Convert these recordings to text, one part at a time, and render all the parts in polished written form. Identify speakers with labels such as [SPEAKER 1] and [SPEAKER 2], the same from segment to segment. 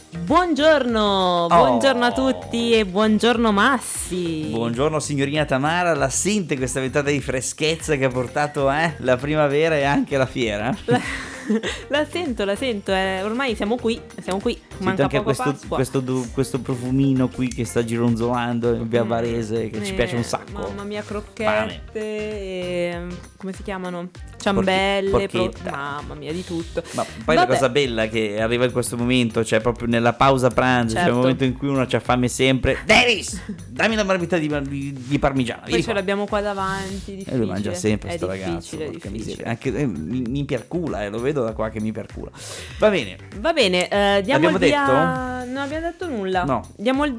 [SPEAKER 1] Buongiorno, buongiorno a tutti e buongiorno Massi.
[SPEAKER 2] Buongiorno signorina Tamara, la sente questa ventata di freschezza che ha portato la primavera e anche la fiera?
[SPEAKER 1] La sento, ormai siamo qui, manca
[SPEAKER 2] anche
[SPEAKER 1] poco Pasqua.
[SPEAKER 2] questo profumino qui che sta gironzolando in via Varese che ci piace un sacco.
[SPEAKER 1] Mamma mia, crocchette, come si chiamano? Ciambelle, mamma mia, di tutto.
[SPEAKER 2] Ma poi la cosa bella è che arriva in questo momento, cioè proprio nella pausa pranzo,
[SPEAKER 1] certo.
[SPEAKER 2] C'è il momento in cui uno c'ha fame sempre. Davis, dammi una marmita di parmigiano.
[SPEAKER 1] Poi ce l'abbiamo qua davanti, difficile.
[SPEAKER 2] E lui mangia sempre sto ragazzo,
[SPEAKER 1] è difficile.
[SPEAKER 2] Anche mi percula, lo vedo da qua che mi percula. Va bene,
[SPEAKER 1] diamo
[SPEAKER 2] abbiamo
[SPEAKER 1] il via.
[SPEAKER 2] detto?
[SPEAKER 1] Non abbiamo detto nulla.
[SPEAKER 2] No.
[SPEAKER 1] Diamo il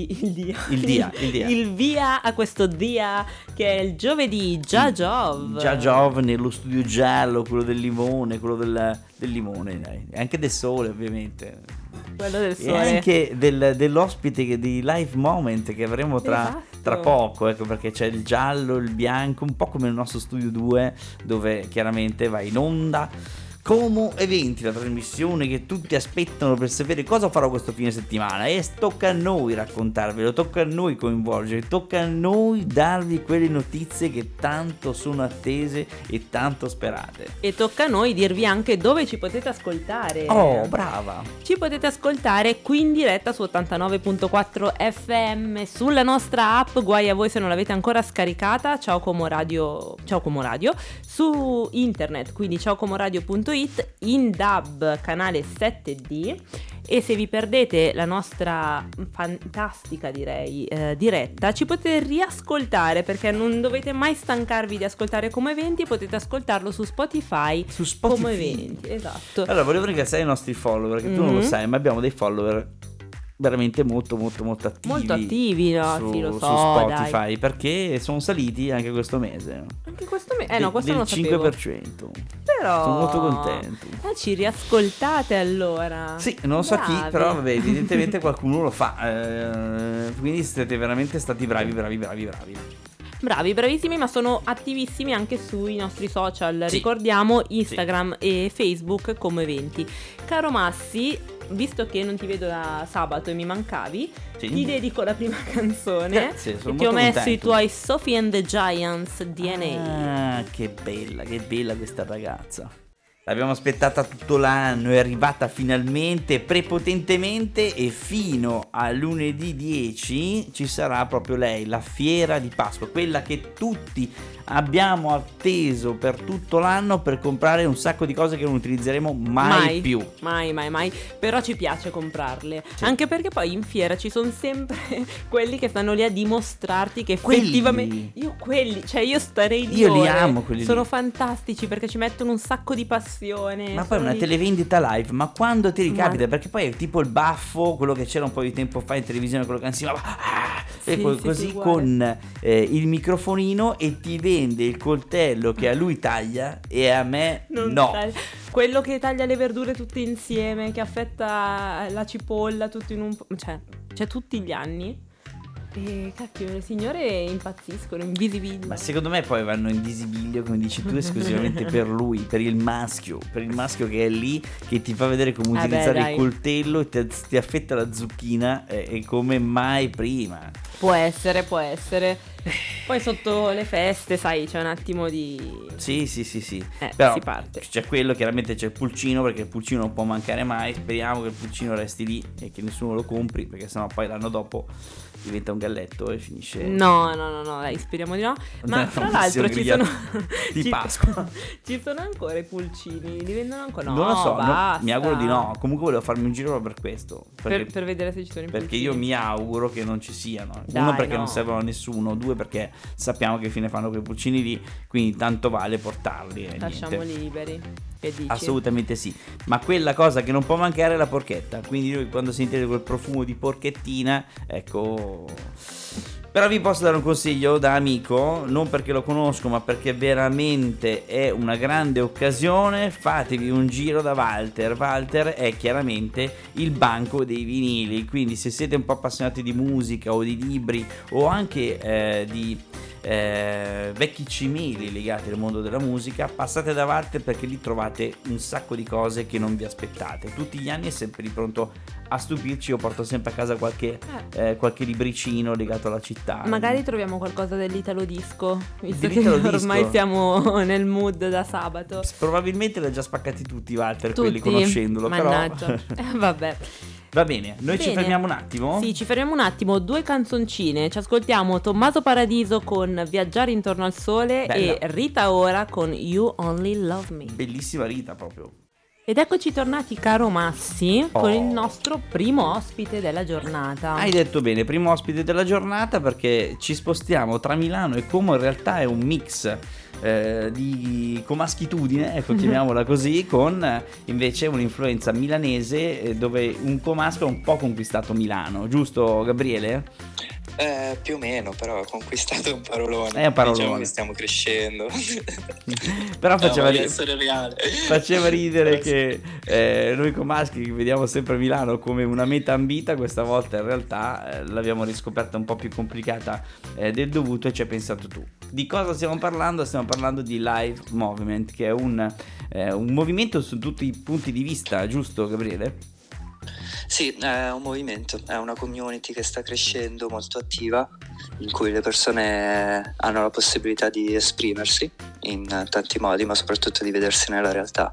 [SPEAKER 1] via a questo dia che è il giovedì Giajov
[SPEAKER 2] nello studio giallo, quello del limone, del limone, dai. E anche del sole, ovviamente.
[SPEAKER 1] Quello del sole.
[SPEAKER 2] E anche dell'ospite di Live Moment che avremo tra poco, ecco, perché c'è il giallo, il bianco, un po' come il nostro studio 2, dove chiaramente va in onda Como Eventi, la trasmissione che tutti aspettano per sapere cosa farò questo fine settimana, e tocca a noi raccontarvelo, tocca a noi coinvolgere, tocca a noi darvi quelle notizie che tanto sono attese e tanto sperate.
[SPEAKER 1] E tocca a noi dirvi anche dove ci potete ascoltare.
[SPEAKER 2] Oh, brava!
[SPEAKER 1] Ci potete ascoltare qui in diretta su 89.4 FM sulla nostra app, guai a voi se non l'avete ancora scaricata, Ciao Como Radio, su internet, quindi ciaocomoradio.it, in DAB canale 7D, e se vi perdete la nostra fantastica diretta, ci potete riascoltare, perché non dovete mai stancarvi di ascoltare Como Eventi, potete ascoltarlo su Spotify. Como Eventi, esatto.
[SPEAKER 2] Allora, volevo ringraziare i nostri follower, che tu non lo sai, ma abbiamo dei follower veramente molto attivi,
[SPEAKER 1] no? Sì, lo so,
[SPEAKER 2] su Spotify,
[SPEAKER 1] dai.
[SPEAKER 2] Perché sono saliti anche questo mese.
[SPEAKER 1] Anche questo mese? No, questo
[SPEAKER 2] del
[SPEAKER 1] non lo sapevo.
[SPEAKER 2] 5%.
[SPEAKER 1] Però
[SPEAKER 2] sono molto contento.
[SPEAKER 1] Ci riascoltate allora.
[SPEAKER 2] Sì, non so chi, però vabbè, evidentemente qualcuno lo fa. Quindi siete veramente stati bravi.
[SPEAKER 1] Bravissimi, ma sono attivissimi anche sui nostri social.
[SPEAKER 2] Sì.
[SPEAKER 1] Ricordiamo Instagram e Facebook Como Eventi. Caro Massi, visto che non ti vedo da sabato e mi mancavi, ti dedico la prima canzone.
[SPEAKER 2] Grazie,
[SPEAKER 1] e ti ho messo i tuoi Sophie and the Giants DNA.
[SPEAKER 2] Ah, che bella questa ragazza. L'abbiamo aspettata tutto l'anno, è arrivata finalmente, prepotentemente, e fino a lunedì 10 ci sarà proprio lei, la fiera di Pasqua, quella che tutti abbiamo atteso per tutto l'anno per comprare un sacco di cose che non utilizzeremo mai più.
[SPEAKER 1] Mai. Però ci piace comprarle. Sì. Anche perché poi in fiera ci sono sempre quelli che stanno lì a dimostrarti che effettivamente io starei lì.
[SPEAKER 2] Io li amo quelli.
[SPEAKER 1] Sono
[SPEAKER 2] lì.
[SPEAKER 1] fantastici perché ci mettono un sacco di passione.
[SPEAKER 2] Ma poi una televendita live, ma quando ti ricapita? Perché poi è tipo il baffo, quello che c'era un po' di tempo fa in televisione, quello che si chiamava così con il microfonino, e ti vende il coltello che a lui taglia e a me no.
[SPEAKER 1] Quello che taglia le verdure tutte insieme, che affetta la cipolla tutto in un cioè tutti gli anni. E cacchio, le signore impazziscono in visibilio.
[SPEAKER 2] Ma secondo me poi vanno in visibilio, come dici tu, esclusivamente per lui, per il maschio che è lì, che ti fa vedere come utilizzare il coltello e ti affetta la zucchina come mai prima.
[SPEAKER 1] Può essere. Poi sotto le feste, sai, c'è un attimo di...
[SPEAKER 2] Sì. Però
[SPEAKER 1] si parte.
[SPEAKER 2] C'è quello, chiaramente c'è il pulcino, perché il pulcino non può mancare mai. Speriamo che il pulcino resti lì e che nessuno lo compri, perché sennò poi l'anno dopo diventa un galletto e finisce.
[SPEAKER 1] No, dai, speriamo di no. Ma fra l'altro ci sono
[SPEAKER 2] di Pasqua.
[SPEAKER 1] Ci sono ancora i pulcini? Li vendono ancora? No,
[SPEAKER 2] non lo so,
[SPEAKER 1] basta.
[SPEAKER 2] Mi auguro di no. Comunque volevo farmi un giro per questo,
[SPEAKER 1] per vedere se ci sono i pulcini.
[SPEAKER 2] Perché io mi auguro che non ci siano.
[SPEAKER 1] Dai,
[SPEAKER 2] uno, perché non servono a nessuno. Due, perché sappiamo che fine fanno quei pulcini lì, quindi tanto vale portarli.
[SPEAKER 1] Lasciamoli liberi. Che dici?
[SPEAKER 2] Assolutamente sì. Ma quella cosa che non può mancare è la porchetta. Quindi noi, quando sentite quel profumo di porchettina, ecco. Però vi posso dare un consiglio da amico, non perché lo conosco, ma perché veramente è una grande occasione. Fatevi un giro da Walter. Walter è chiaramente il banco dei vinili, quindi se siete un po' appassionati di musica o di libri o anche di vecchi cimeli legati al mondo della musica, passate davanti perché lì trovate un sacco di cose che non vi aspettate. Tutti gli anni è sempre lì pronto a stupirci. Io porto sempre a casa qualche libricino legato alla città.
[SPEAKER 1] Magari troviamo qualcosa dell'Italo Disco, visto
[SPEAKER 2] Dell'Italo
[SPEAKER 1] che
[SPEAKER 2] Disco?
[SPEAKER 1] ormai siamo nel mood da sabato.
[SPEAKER 2] Probabilmente l'ha già spaccati tutti, Walter,
[SPEAKER 1] Tutti?
[SPEAKER 2] quelli conoscendolo,
[SPEAKER 1] Mannaggia. Vabbè.
[SPEAKER 2] Va bene, noi ci
[SPEAKER 1] Bene.
[SPEAKER 2] fermiamo un attimo.
[SPEAKER 1] Sì, ci fermiamo un attimo, 2 canzoncine. Ci ascoltiamo Tommaso Paradiso con Viaggiare intorno al sole.
[SPEAKER 2] Bella.
[SPEAKER 1] E Rita Ora con You Only Love Me.
[SPEAKER 2] Bellissima Rita proprio.
[SPEAKER 1] Ed eccoci tornati, caro Massi, con il nostro primo ospite della giornata.
[SPEAKER 2] Hai detto bene, primo ospite della giornata, perché ci spostiamo tra Milano e Como. In realtà è un mix di comaschitudine, ecco, chiamiamola così, con invece un'influenza milanese, dove un comasco ha un po' conquistato Milano, giusto Gabriele?
[SPEAKER 3] Più o meno, però ho conquistato un parolone.
[SPEAKER 2] È un parolone.
[SPEAKER 3] Diciamo che stiamo crescendo.
[SPEAKER 2] Però faceva,
[SPEAKER 3] voglio essere reale.
[SPEAKER 2] faceva ridere che noi comaschi vediamo sempre Milano come una meta ambita. Questa volta in realtà l'abbiamo riscoperta un po' più complicata del dovuto, e ci hai pensato tu. Di cosa stiamo parlando? Stiamo parlando di Live Movement, che è un movimento su tutti i punti di vista, giusto Gabriele?
[SPEAKER 3] Sì, è un movimento, è una community che sta crescendo, molto attiva, in cui le persone hanno la possibilità di esprimersi in tanti modi, ma soprattutto di vedersi nella realtà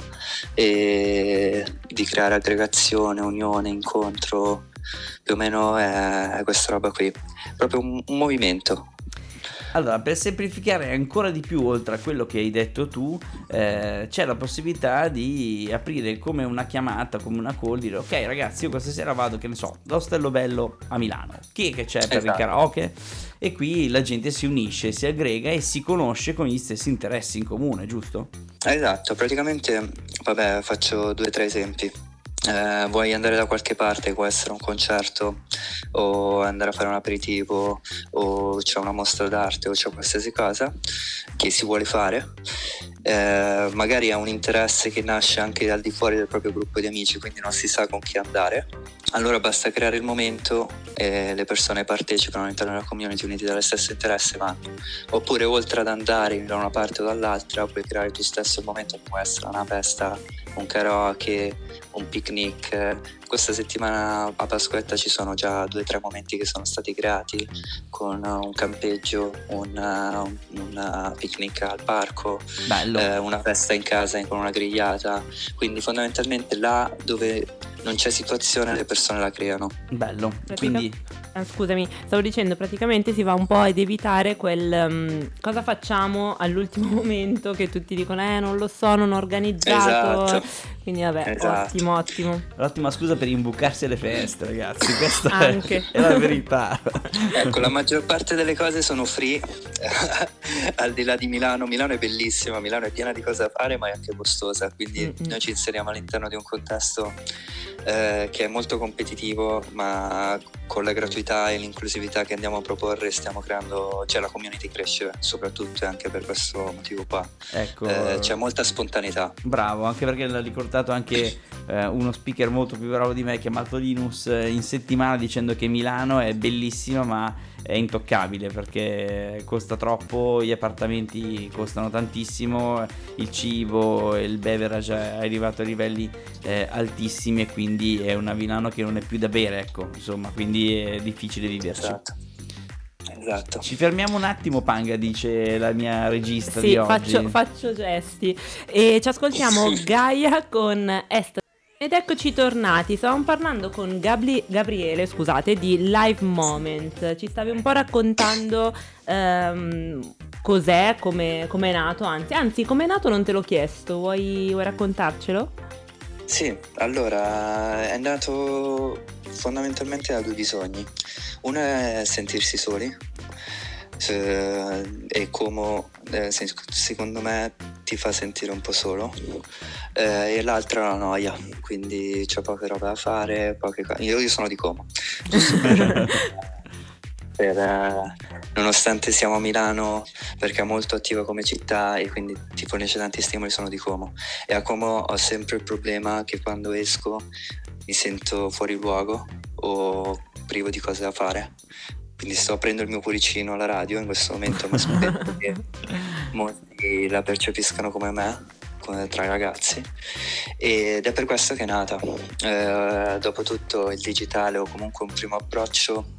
[SPEAKER 3] e di creare aggregazione, unione, incontro. Più o meno è questa roba qui, proprio un movimento.
[SPEAKER 2] Allora, per semplificare ancora di più, oltre a quello che hai detto tu, c'è la possibilità di aprire come una chiamata, come una call, dire ok ragazzi, io questa sera vado, che ne so, da Ostello Bello a Milano, chi è che c'è per il karaoke? E qui la gente si unisce, si aggrega e si conosce con gli stessi interessi in comune, giusto?
[SPEAKER 3] Esatto, praticamente, vabbè, faccio 2 o 3 esempi. Vuoi andare da qualche parte, può essere un concerto o andare a fare un aperitivo, o c'è una mostra d'arte o c'è qualsiasi cosa che si vuole fare, magari ha un interesse che nasce anche al di fuori del proprio gruppo di amici, quindi non si sa con chi andare. Allora basta creare il momento e le persone partecipano all'interno della community, uniti dallo stesso interesse, vanno. Oppure oltre ad andare da una parte o dall'altra, puoi creare tu stesso il momento, che può essere una festa, un karaoke, un picnic. Questa settimana a Pasquetta ci sono già 2 o 3 momenti che sono stati creati, con un campeggio, un picnic al parco, una festa in casa con una grigliata. Quindi fondamentalmente là dove non c'è situazione le persone la creano.
[SPEAKER 2] Bello. Quindi
[SPEAKER 1] scusami, stavo dicendo, praticamente si va un po' ad evitare quel cosa facciamo all'ultimo momento, che tutti dicono non lo so, non ho organizzato.
[SPEAKER 3] Esatto.
[SPEAKER 1] Quindi vabbè,
[SPEAKER 3] Esatto.
[SPEAKER 1] ottimo.
[SPEAKER 2] l'ottima scusa per imbucarsi alle feste, ragazzi, questa
[SPEAKER 1] Anche.
[SPEAKER 2] è la verità.
[SPEAKER 3] Ecco, la maggior parte delle cose sono free. Al di là di Milano è bellissima, Milano è piena di cose da fare, ma è anche costosa, quindi noi ci inseriamo all'interno di un contesto che è molto competitivo, ma con la gratuità e l'inclusività che andiamo a proporre stiamo creando, cioè la community cresce soprattutto, e anche per questo motivo qua.
[SPEAKER 2] Ecco,
[SPEAKER 3] c'è molta spontaneità.
[SPEAKER 2] bravo, anche perché l'ha ricordato anche uno speaker molto più bravo di me, chiamato Linus, in settimana, dicendo che Milano è bellissima ma è intoccabile perché costa troppo, gli appartamenti costano tantissimo, il cibo e il beverage è arrivato a livelli altissimi, e quindi è una Milano che non è più da bere, ecco, insomma, quindi è difficile viverci.
[SPEAKER 3] Esatto.
[SPEAKER 2] Ci fermiamo un attimo, Panga, dice la mia regista
[SPEAKER 1] sì,
[SPEAKER 2] di oggi.
[SPEAKER 1] faccio gesti. E ci ascoltiamo Gaia con Est. Ed eccoci tornati, stavamo parlando con Gabriele, scusate, di Live Moment. Ci stavi un po' raccontando cos'è, come è nato, anzi come è nato non te l'ho chiesto, vuoi raccontarcelo?
[SPEAKER 3] Sì, allora è nato fondamentalmente da 2 bisogni. Uno è sentirsi soli, e come secondo me ti fa sentire un po' solo, e l'altra è la noia, quindi c'è poche robe da fare, io sono di Como. Nonostante siamo a Milano, perché è molto attiva come città e quindi ti fornisce tanti stimoli, sono di Como, e a Como ho sempre il problema che quando esco mi sento fuori luogo o privo di cose da fare, quindi sto aprendo il mio cuoricino alla radio in questo momento, ma spero che molti la percepiscano come me, tra i ragazzi, ed è per questo che è nata. Dopotutto il digitale, o comunque un primo approccio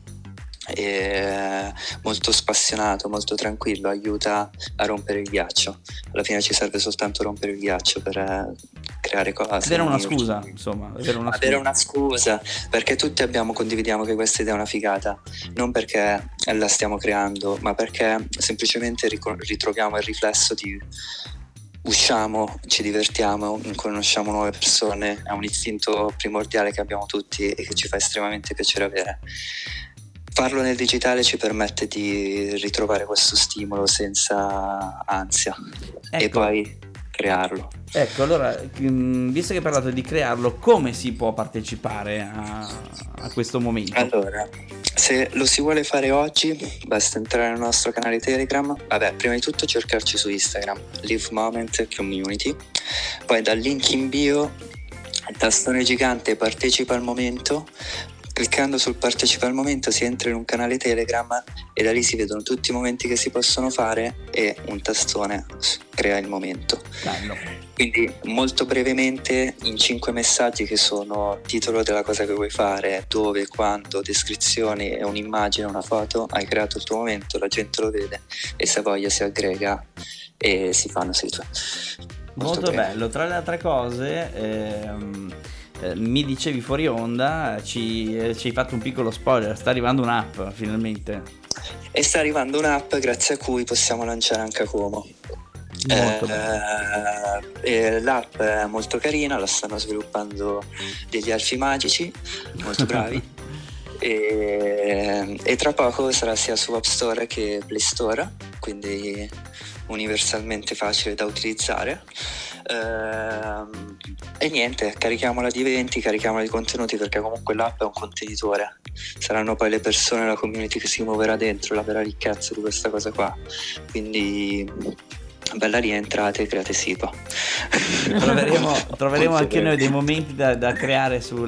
[SPEAKER 3] molto spassionato, molto tranquillo, aiuta a rompere il ghiaccio. Alla fine ci serve soltanto rompere il ghiaccio per creare cose.
[SPEAKER 2] Avere una scusa, insomma, avere
[SPEAKER 3] una scusa, perché tutti condividiamo che questa idea è una figata, non perché la stiamo creando, ma perché semplicemente ritroviamo il riflesso di usciamo, ci divertiamo, conosciamo nuove persone, è un istinto primordiale che abbiamo tutti e che ci fa estremamente piacere avere. Farlo nel digitale ci permette di ritrovare questo stimolo senza ansia, e poi crearlo.
[SPEAKER 2] Ecco, allora, visto che hai parlato di crearlo, come si può partecipare a questo momento?
[SPEAKER 3] Allora, se lo si vuole fare oggi, basta entrare nel nostro canale Telegram. Vabbè, prima di tutto cercarci su Instagram, Live Moment Community, poi dal link in bio, il tastone gigante partecipa al momento. Cliccando sul partecipa al momento si entra in un canale Telegram e da lì si vedono tutti i momenti che si possono fare e un tastone crea il momento.
[SPEAKER 2] Bello.
[SPEAKER 3] Quindi molto brevemente, in 5 messaggi che sono titolo della cosa che vuoi fare, dove, quando, descrizioni e un'immagine, una foto, hai creato il tuo momento, la gente lo vede e se voglia si aggrega e si fanno sigla.
[SPEAKER 2] Molto bello. Tra le altre cose mi dicevi fuori onda, ci hai fatto un piccolo spoiler, sta arrivando un'app finalmente.
[SPEAKER 3] E sta arrivando un'app grazie a cui possiamo lanciare anche a Como. L'app è molto carina, la stanno sviluppando degli elfi magici molto bravi e tra poco sarà sia su App Store che Play Store, quindi universalmente facile da utilizzare. E niente, carichiamola di eventi, carichiamola di contenuti, perché comunque l'app è un contenitore, saranno poi le persone, la community che si muoverà dentro la vera ricchezza di questa cosa qua, quindi bella rientrata e create SIPA.
[SPEAKER 2] Troveremo anche noi dei momenti da creare su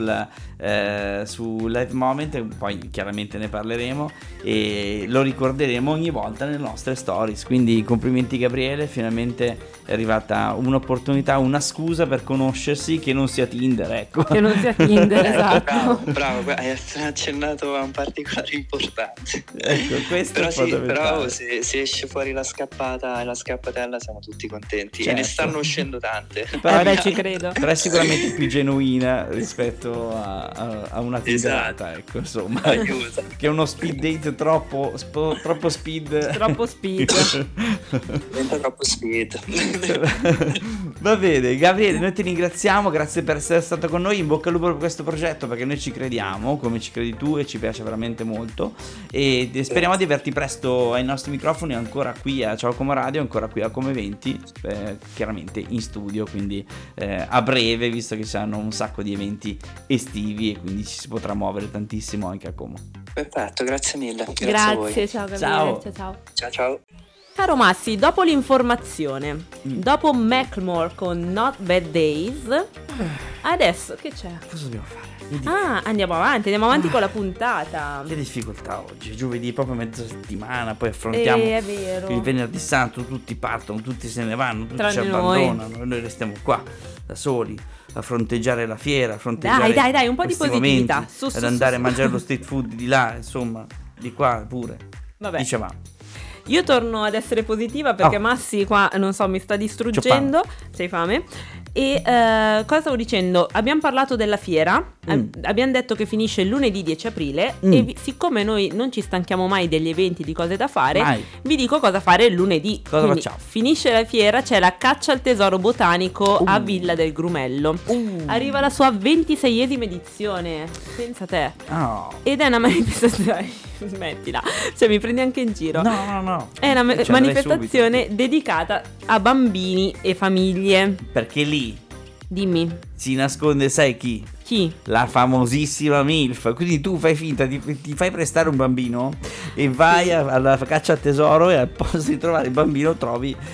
[SPEAKER 2] Live Moment, poi chiaramente ne parleremo e lo ricorderemo ogni volta nelle nostre stories, quindi complimenti Gabriele, finalmente è arrivata un'opportunità, una scusa per conoscersi che non sia Tinder, ecco.
[SPEAKER 1] Che non sia Tinder, esatto.
[SPEAKER 3] Bravo, hai accennato a un particolare importante.
[SPEAKER 2] Ecco, questo
[SPEAKER 3] però se esce fuori la scappata e la scappatella siamo tutti contenti, certo. E ne stanno uscendo tante.
[SPEAKER 1] Beh, ci credo.
[SPEAKER 2] Però è sicuramente più genuina rispetto a una Tinderata, esatto. Ecco, insomma,
[SPEAKER 3] aiuta.
[SPEAKER 2] Che è uno speed date troppo speed.
[SPEAKER 1] Troppo speed.
[SPEAKER 3] Diventa troppo speed.
[SPEAKER 2] Va bene, Gabriele, noi ti ringraziamo, grazie per essere stato con noi, in bocca al lupo per questo progetto, perché noi ci crediamo, come ci credi tu, e ci piace veramente molto, e speriamo di averti presto ai nostri microfoni, ancora qui a Ciao Como Radio, ancora qui a Come Eventi, chiaramente in studio, quindi a breve, visto che ci saranno un sacco di eventi estivi e quindi ci si potrà muovere tantissimo anche a Como.
[SPEAKER 3] Perfetto, grazie mille. Grazie a voi.
[SPEAKER 1] Ciao Gabriele.
[SPEAKER 3] Ciao.
[SPEAKER 1] Caro Massi, dopo l'informazione, dopo Macklemore con Not Bad Days, adesso che c'è?
[SPEAKER 2] Cosa dobbiamo fare?
[SPEAKER 1] Andiamo avanti con la puntata.
[SPEAKER 2] Che difficoltà oggi, giovedì, proprio mezza settimana, poi affrontiamo
[SPEAKER 1] è vero.
[SPEAKER 2] Il venerdì santo, tutti partono, tutti se ne vanno, tutti ci abbandonano, noi restiamo qua da soli a fronteggiare la fiera, a fronteggiare
[SPEAKER 1] dai, un po' di positività,
[SPEAKER 2] ad andare a mangiare lo street food di là, insomma, di qua pure.
[SPEAKER 1] Vabbè.
[SPEAKER 2] Dicevamo.
[SPEAKER 1] Io torno ad essere positiva perché Massi qua, non so, mi sta distruggendo. C'hai fame? E cosa stavo dicendo? Abbiamo parlato della fiera, abbiamo detto che finisce il lunedì 10 aprile e siccome noi non ci stanchiamo mai degli eventi, di cose da fare, vi dico cosa fare il lunedì.
[SPEAKER 2] Cosa facciamo?
[SPEAKER 1] Finisce la fiera, c'è la caccia al tesoro botanico a Villa del Grumello. Arriva la sua 26esima edizione, pensa te. Ed è una manifestazione... Smettila, cioè mi prendi anche in giro.
[SPEAKER 2] No.
[SPEAKER 1] È una manifestazione dedicata a bambini e famiglie.
[SPEAKER 2] Perché lì,
[SPEAKER 1] dimmi,
[SPEAKER 2] si nasconde, sai chi?
[SPEAKER 1] Chi?
[SPEAKER 2] La famosissima MILF. Quindi tu fai finta, ti fai prestare un bambino e vai alla caccia al tesoro e al posto di trovare il bambino trovi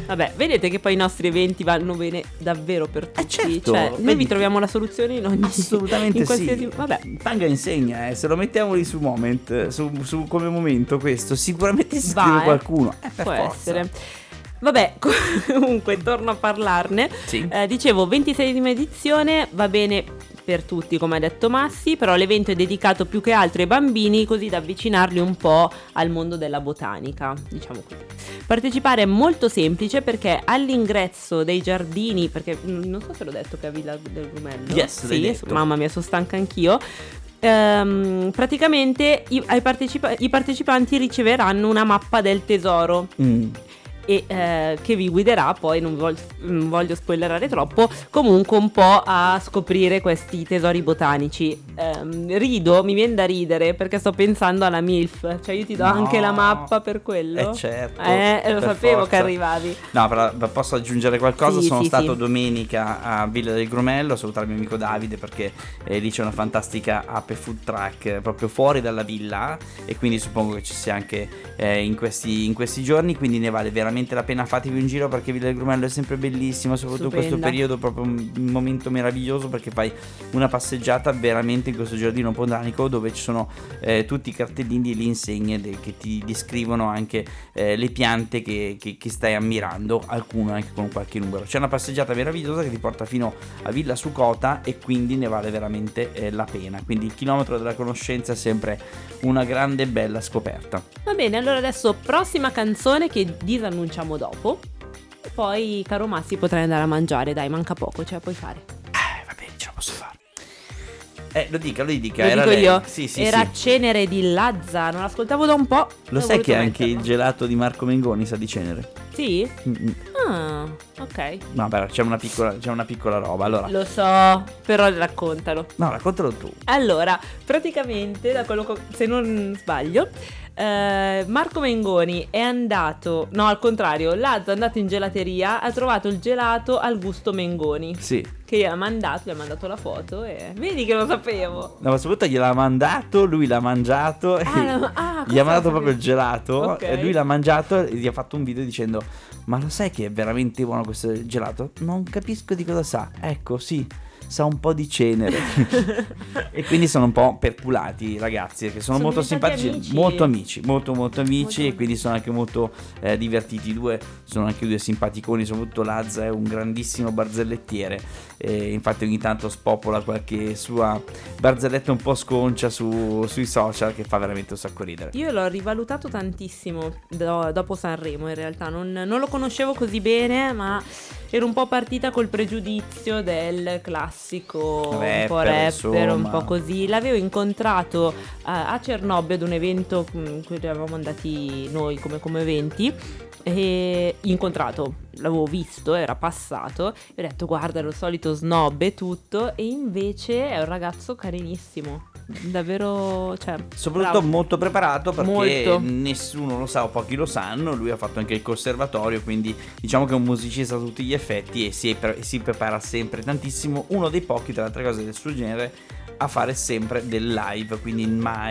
[SPEAKER 1] Vabbè, vedete che poi i nostri eventi vanno bene davvero per tutti.
[SPEAKER 2] Certo,
[SPEAKER 1] cioè, noi vi troviamo la soluzione in ogni
[SPEAKER 2] assolutamente
[SPEAKER 1] in qualsiasi...
[SPEAKER 2] sì.
[SPEAKER 1] Vabbè.
[SPEAKER 2] Tanga insegna, se lo mettiamo lì su Moment, su come momento questo, sicuramente si
[SPEAKER 1] Va,
[SPEAKER 2] iscrive qualcuno. Per
[SPEAKER 1] può
[SPEAKER 2] forza.
[SPEAKER 1] essere. Vabbè, comunque torno a parlarne.
[SPEAKER 2] Sì.
[SPEAKER 1] Dicevo, 26esima edizione, va bene per tutti, come ha detto Massi, però l'evento è dedicato più che altro ai bambini, così da avvicinarli un po' al mondo della botanica, diciamo così. Partecipare è molto semplice perché all'ingresso dei giardini, perché non so se l'ho detto che a Villa del Grumello.
[SPEAKER 2] Yes, l'hai detto.
[SPEAKER 1] Mamma mia, sono stanca anch'io. Praticamente i partecipanti riceveranno una mappa del tesoro. E che vi guiderà poi, non voglio spoilerare troppo, comunque un po' a scoprire questi tesori botanici. Mi viene da ridere perché sto pensando alla MILF, cioè io ti do anche la mappa per quello.
[SPEAKER 2] Certo,
[SPEAKER 1] lo sapevo
[SPEAKER 2] forza.
[SPEAKER 1] che arrivavi.
[SPEAKER 2] No, però posso aggiungere qualcosa?
[SPEAKER 1] Sì,
[SPEAKER 2] Sono
[SPEAKER 1] sì,
[SPEAKER 2] stato
[SPEAKER 1] sì.
[SPEAKER 2] domenica a Villa del Grumello a salutare il mio amico Davide, perché lì c'è una fantastica ape food truck proprio fuori dalla villa, e quindi suppongo che ci sia anche in questi giorni, quindi ne vale veramente la pena. Fatevi un giro perché Villa del Grumello è sempre bellissima, soprattutto in questo
[SPEAKER 1] Stupenda.
[SPEAKER 2] periodo, proprio un momento meraviglioso, perché fai una passeggiata veramente in questo giardino botanico dove ci sono tutti i cartellini e le insegne che ti descrivono anche le piante che stai ammirando, alcune anche con qualche numero. C'è una passeggiata meravigliosa che ti porta fino a Villa Sucota e quindi ne vale veramente la pena. Quindi il chilometro della conoscenza è sempre una grande e bella scoperta.
[SPEAKER 1] Va bene, allora adesso prossima canzone che disannunciamo dopo. E poi, caro Massi, potrai andare a mangiare, dai, manca poco, ce la puoi fare.
[SPEAKER 2] Va bene, ce la posso fare. Lo dica.
[SPEAKER 1] Lo
[SPEAKER 2] Era
[SPEAKER 1] dico
[SPEAKER 2] lei.
[SPEAKER 1] io.
[SPEAKER 2] Sì,
[SPEAKER 1] Era
[SPEAKER 2] sì.
[SPEAKER 1] Cenere di Lazza, non l'ascoltavo da un po'.
[SPEAKER 2] Lo
[SPEAKER 1] ho
[SPEAKER 2] sai
[SPEAKER 1] voluto
[SPEAKER 2] che anche il
[SPEAKER 1] metterlo.
[SPEAKER 2] gelato di Marco Mengoni sa di cenere?
[SPEAKER 1] Sì?
[SPEAKER 2] Mm-mm.
[SPEAKER 1] Ah, ok.
[SPEAKER 2] No, beh, c'è una piccola roba. Allora,
[SPEAKER 1] Lo so, però raccontalo.
[SPEAKER 2] no, raccontalo tu.
[SPEAKER 1] Allora, praticamente, da quello se non sbaglio, Marco Mengoni è andato, no, al contrario, Lazza è andato in gelateria, ha trovato il gelato al gusto Mengoni,
[SPEAKER 2] Sì.
[SPEAKER 1] che gli ha mandato la foto e vedi che lo sapevo.
[SPEAKER 2] No, ma soprattutto gliel'ha mandato, lui l'ha mangiato, gli ha mandato proprio il gelato,
[SPEAKER 1] Ok.
[SPEAKER 2] e lui l'ha mangiato e gli ha fatto un video dicendo: ma lo sai che è veramente buono questo gelato? Non capisco di cosa sa. Ecco, sì, sa un po' di cenere. E quindi sono un po' perculati i ragazzi, che sono molto
[SPEAKER 1] diventati
[SPEAKER 2] simpatici,
[SPEAKER 1] amici.
[SPEAKER 2] molto amici, e quindi sono anche molto divertiti. I due sono anche due simpaticoni, soprattutto Lazza è un grandissimo barzellettiere, infatti ogni tanto spopola qualche sua barzelletta un po' sconcia sui social, che fa veramente un sacco ridere.
[SPEAKER 1] Io l'ho rivalutato tantissimo dopo Sanremo, in realtà non lo conoscevo così bene, ma ero un po' partita col pregiudizio del classico un po' rapper,
[SPEAKER 2] insomma.
[SPEAKER 1] un po' così. L'avevo incontrato a Cernobbio ad un evento in cui eravamo andati noi come eventi, e l'avevo visto, era passato e ho detto: guarda, lo solito snob e tutto, e invece è un ragazzo carinissimo, davvero, cioè,
[SPEAKER 2] Soprattutto
[SPEAKER 1] bravo.
[SPEAKER 2] molto preparato, perché
[SPEAKER 1] Molto.
[SPEAKER 2] nessuno lo sa o pochi lo sanno. Lui ha fatto anche il conservatorio, quindi diciamo che è un musicista a tutti gli effetti, e si prepara sempre tantissimo. Uno dei pochi, tra le altre cose, del suo genere a fare sempre del live, quindi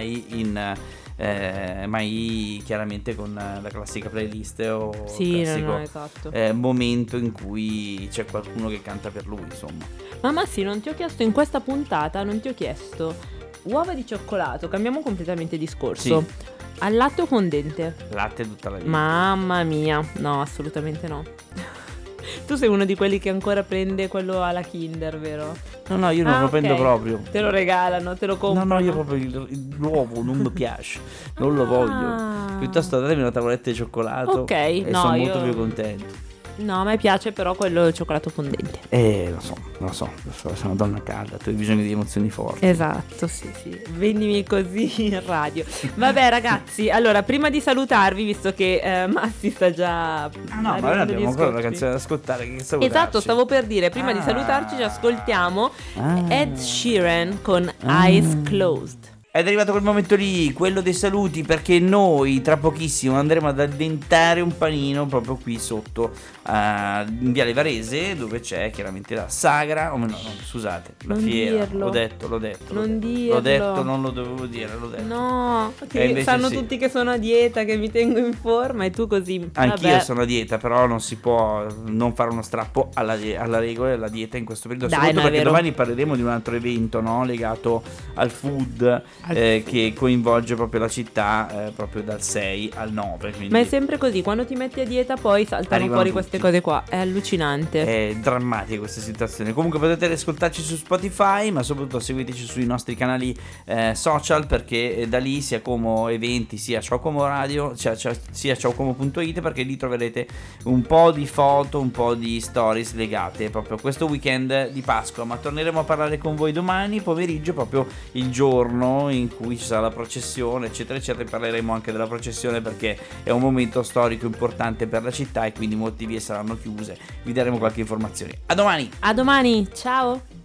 [SPEAKER 2] mai chiaramente con la classica playlist o
[SPEAKER 1] Sì,
[SPEAKER 2] il classico
[SPEAKER 1] no, esatto.
[SPEAKER 2] momento in cui c'è qualcuno che canta per lui, insomma.
[SPEAKER 1] Ma sì, non ti ho chiesto in questa puntata, non ti ho chiesto uova di cioccolato, cambiamo completamente discorso.
[SPEAKER 2] Sì.
[SPEAKER 1] Al latte o fondente?
[SPEAKER 2] Latte tutta la vita.
[SPEAKER 1] Mamma mia, no, assolutamente no. Tu sei uno di quelli che ancora prende quello alla Kinder, vero?
[SPEAKER 2] No, io non lo
[SPEAKER 1] ok.
[SPEAKER 2] prendo proprio.
[SPEAKER 1] Te lo regalano, te lo comprano.
[SPEAKER 2] No, io proprio l'uovo non mi piace, non lo voglio. Piuttosto datemi una tavoletta di cioccolato,
[SPEAKER 1] Ok,
[SPEAKER 2] e
[SPEAKER 1] no,
[SPEAKER 2] sono
[SPEAKER 1] io-
[SPEAKER 2] molto più contento.
[SPEAKER 1] No, a me piace però quello cioccolato fondente.
[SPEAKER 2] Lo so, sei una donna calda, tu hai bisogno di emozioni forti.
[SPEAKER 1] Esatto, sì. Vendimi così in radio. Vabbè, ragazzi, allora, prima di salutarvi, visto che Massi sta già
[SPEAKER 2] Ah no, ma noi
[SPEAKER 1] arrivando
[SPEAKER 2] abbiamo
[SPEAKER 1] gli
[SPEAKER 2] ancora una
[SPEAKER 1] scotchi.
[SPEAKER 2] canzone da ascoltare, che salutarci.
[SPEAKER 1] Esatto, stavo per dire, prima di
[SPEAKER 2] Ah.
[SPEAKER 1] salutarci ci ascoltiamo
[SPEAKER 2] Ah.
[SPEAKER 1] Ed Sheeran con Eyes Closed.
[SPEAKER 2] Ed è arrivato quel momento lì, quello dei saluti, perché noi tra pochissimo andremo ad addentare un panino proprio qui sotto in Viale Varese, dove c'è chiaramente la sagra, o no, scusate, la
[SPEAKER 1] non
[SPEAKER 2] fiera.
[SPEAKER 1] dirlo.
[SPEAKER 2] L'ho detto.
[SPEAKER 1] Non dirlo.
[SPEAKER 2] L'ho detto, non lo dovevo dire, l'ho detto.
[SPEAKER 1] No, che sanno
[SPEAKER 2] sì.
[SPEAKER 1] tutti che sono a dieta, che mi tengo in forma e tu così.
[SPEAKER 2] Anch'io
[SPEAKER 1] vabbè.
[SPEAKER 2] sono a dieta, però non si può non fare uno strappo alla regola della dieta in questo periodo.
[SPEAKER 1] Dai,
[SPEAKER 2] Soprattutto
[SPEAKER 1] no, è
[SPEAKER 2] perché
[SPEAKER 1] vero.
[SPEAKER 2] domani parleremo di un altro evento, no? Legato al food, che coinvolge proprio la città proprio dal 6 al 9. Quindi
[SPEAKER 1] Ma è sempre così, quando ti metti a dieta poi saltano
[SPEAKER 2] arrivano
[SPEAKER 1] fuori
[SPEAKER 2] tutti.
[SPEAKER 1] queste cose qua, è allucinante.
[SPEAKER 2] È drammatica questa situazione. Comunque potete ascoltarci su Spotify, ma soprattutto seguiteci sui nostri canali social, perché da lì sia Como Eventi sia Ciao Como Radio sia ciaocomo.it, perché lì troverete un po' di foto, un po' di stories legate proprio a questo weekend di Pasqua. Ma torneremo a parlare con voi domani pomeriggio, proprio il giorno in cui ci sarà la processione eccetera eccetera. Parleremo anche della processione, perché è un momento storico importante per la città e quindi molte vie saranno chiuse. Vi daremo qualche informazione. A domani.
[SPEAKER 1] A domani, ciao.